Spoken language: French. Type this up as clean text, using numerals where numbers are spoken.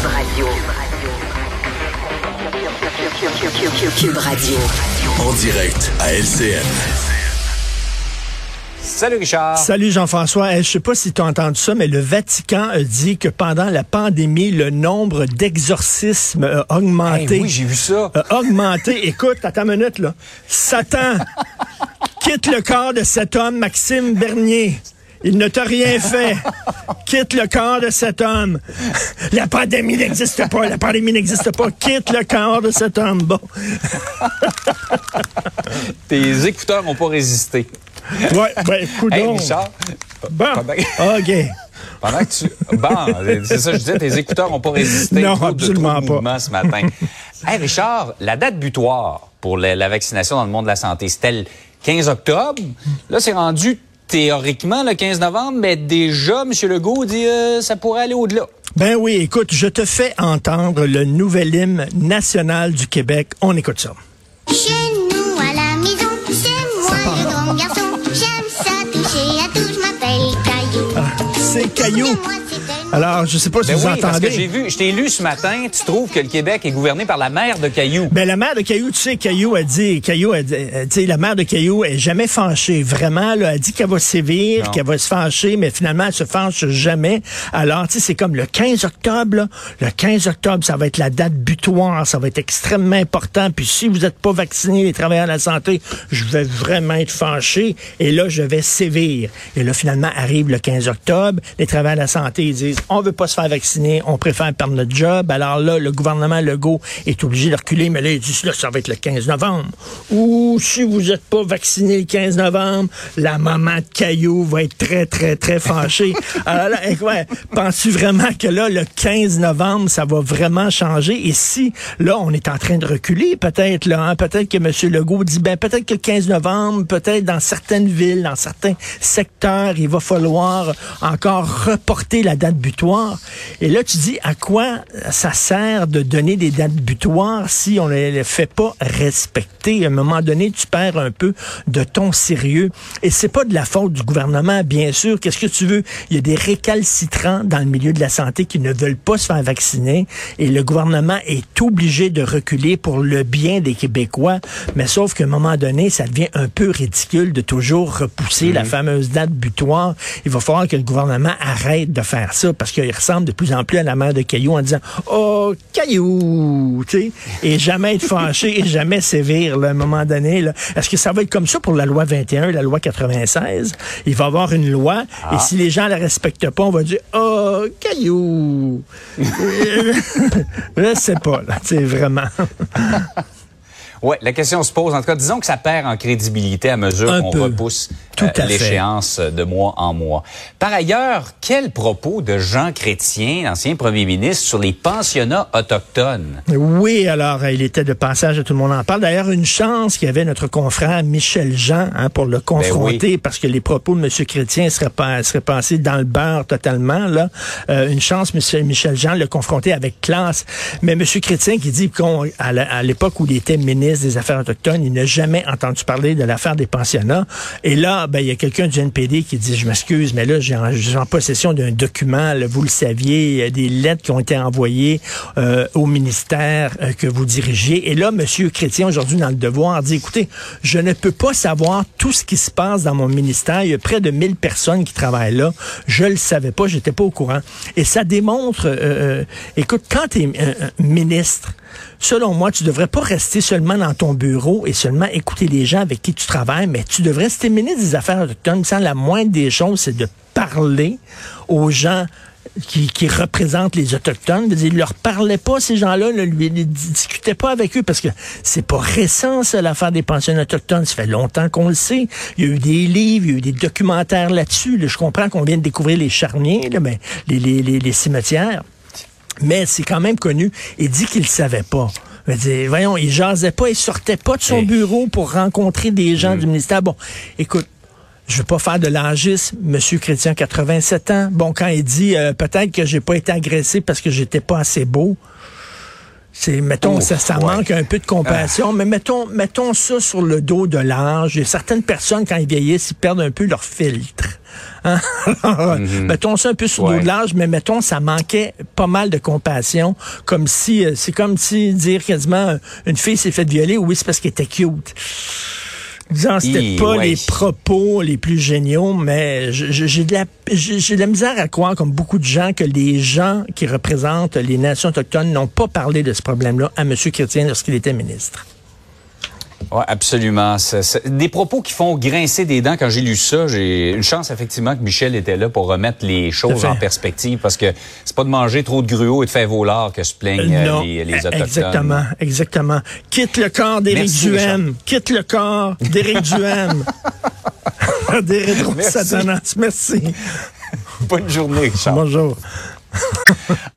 Radio. Cube Radio. En direct à LCN. Salut Richard. Salut Jean-François. Je sais pas si tu as entendu ça, mais le Vatican a dit que pendant la pandémie, le nombre d'exorcismes a augmenté. Hey, oui, j'ai vu ça. A augmenté. Écoute, attends une minute, là. Satan quitte le corps de cet homme, Maxime Bernier. Il ne t'a rien fait. Quitte le corps de cet homme. La pandémie n'existe pas. La pandémie n'existe pas. Quitte le corps de cet homme. Bon. Tes écouteurs n'ont pas résisté. Ouais, ben, écoute Hey, donc. Richard. Bon, OK. Pendant que tu... Bon, c'est ça que je disais, tes écouteurs n'ont pas résisté. Non, Trop absolument de pas. mouvements ce matin. Hey, Richard, la date butoir pour la vaccination dans le monde de la santé, c'était le 15 octobre. Là, c'est rendu théoriquement le 15 novembre, mais déjà, M. Legault dit ça pourrait aller au-delà. Ben oui, écoute, je te fais entendre le nouvel hymne national du Québec. On écoute ça. Chez nous à la maison, c'est moi le grand garçon. J'aime ça toucher à tout, je m'appelle Caillou. C'est Caillou. Moi, c'est un... Alors, je sais pas si Ben vous oui, parce que entendez. je t'ai lu ce matin, tu trouves que le Québec est gouverné par la mère de Caillou. Ben, la mère de Caillou, tu sais, Caillou a dit, tu sais, la mère de Caillou est jamais fâchée. Vraiment, là, elle dit qu'elle va sévir, Non. qu'elle va se fâcher, mais finalement, elle se fâche jamais. Alors, tu sais, c'est comme le 15 octobre, là. Le 15 octobre, ça va être la date butoir. Ça va être extrêmement important. Puis si vous n'êtes pas vaccinés, les travailleurs de la santé, je vais vraiment être fâché. Et là, je vais sévir. Et là, finalement, arrive le 15 octobre. Les travailleurs de la santé, ils disent, on veut pas se faire vacciner, on préfère perdre notre job. Alors là, le gouvernement Legault est obligé de reculer, mais là, il dit, là, ça va être le 15 novembre. Ou si vous n'êtes pas vacciné le 15 novembre, la maman de Caillou va être très, très, très fâchée. Alors là, ouais, penses-tu vraiment que là, le 15 novembre, ça va vraiment changer? Et si, là, on est en train de reculer, peut-être, là, hein, peut-être que M. Legault dit, ben, peut-être que le 15 novembre, peut-être dans certaines villes, dans certains secteurs, il va falloir encore reporter la date butoir. Et là, tu dis, à quoi ça sert de donner des dates butoirs si on ne les fait pas respecter? À un moment donné, tu perds un peu de ton sérieux. Et c'est pas de la faute du gouvernement, bien sûr. Qu'est-ce que tu veux? Il y a des récalcitrants dans le milieu de la santé qui ne veulent pas se faire vacciner et le gouvernement est obligé de reculer pour le bien des Québécois. Mais sauf qu'à un moment donné, ça devient un peu ridicule de toujours repousser la fameuse date butoir. Il va falloir que le gouvernement arrête de faire ça parce qu'il ressemble de plus en plus à la mère de Caillou en disant « Oh, Caillou! » tu sais, et jamais être fâché et jamais sévir, là, à un moment donné. Là. Est-ce que ça va être comme ça pour la loi 21, la loi 96? Il va y avoir une loi, et si les gens la respectent pas, on va dire « Oh, Caillou! » Je sais pas, là, tu sais, vraiment. Oui, la question se pose. En tout cas, disons que ça perd en crédibilité à mesure Un qu'on peu. repousse Tout à l'échéance de mois en mois. Par ailleurs, quel propos de Jean Chrétien, ancien premier ministre, sur les pensionnats autochtones? Oui, alors, il était de passage, tout le monde en parle. D'ailleurs, une chance qu'il y avait notre confrère Michel Jean pour le confronter, parce que les propos de M. Chrétien seraient passés dans le beurre totalement. Là, une chance, Michel Jean le confronter avec classe. Mais M. Chrétien qui dit qu'à l'époque où il était ministre des Affaires autochtones, il n'a jamais entendu parler de l'affaire des pensionnats. Et là, ben, il y a quelqu'un du NPD qui dit, je m'excuse, mais là, j'ai en possession d'un document, là, vous le saviez, il y a des lettres qui ont été envoyées au ministère que vous dirigiez. Et là, M. Chrétien, aujourd'hui, dans Le Devoir, dit, écoutez, je ne peux pas savoir tout ce qui se passe dans mon ministère. Il y a près de 1000 personnes qui travaillent là. Je le savais pas, j'étais pas au courant. Et ça démontre, écoute, quand tu es ministre, selon moi, tu devrais pas rester seulement dans ton bureau et seulement écouter les gens avec qui tu travailles, mais tu devrais, si t'es ministre des Affaires autochtones, sans la moindre des choses, c'est de parler aux gens qui représentent les Autochtones. Il ne leur parlait pas, ces gens-là, ne discutait pas avec eux, parce que c'est pas récent, ça, l'affaire des pensionnats autochtones. Ça fait longtemps qu'on le sait. Il y a eu des livres, il y a eu des documentaires là-dessus. Là, je comprends qu'on vient de découvrir les charniers, là, mais les cimetières. Mais c'est quand même connu. Il dit qu'il ne savait pas. Voyons, il jasait pas, il sortait pas de son bureau pour rencontrer des gens du ministère. Bon, écoute, je veux pas faire de l'âgisme, Monsieur Chrétien, 87 ans. Bon, quand il dit peut-être que j'ai pas été agressé parce que j'étais pas assez beau. Mettons, ça manque un peu de compassion, mais mettons ça sur le dos de l'âge. Certaines personnes, quand ils vieillissent, ils perdent un peu leur filtre. Hein? Alors, mettons ça un peu sur le dos de l'âge, mais mettons, ça manquait pas mal de compassion. C'est comme si dire quasiment une fille s'est faite violer, oui, c'est parce qu'elle était cute. Disons, c'était pas les propos les plus géniaux, mais j'ai de la misère à croire, comme beaucoup de gens, que les gens qui représentent les nations autochtones n'ont pas parlé de ce problème-là à M. Chrétien lorsqu'il était ministre. Oui, absolument. C'est des propos qui font grincer des dents. Quand j'ai lu ça, j'ai une chance effectivement que Michel était là pour remettre les choses en perspective, parce que c'est pas de manger trop de gruau et de faire volard que se plaignent les Autochtones. Exactement. Quitte le corps d'Éric Duhaime. Quitte le corps d'Éric Duhaime. Des rétro-satanas. Merci. Bonne journée, Richard. Bonjour.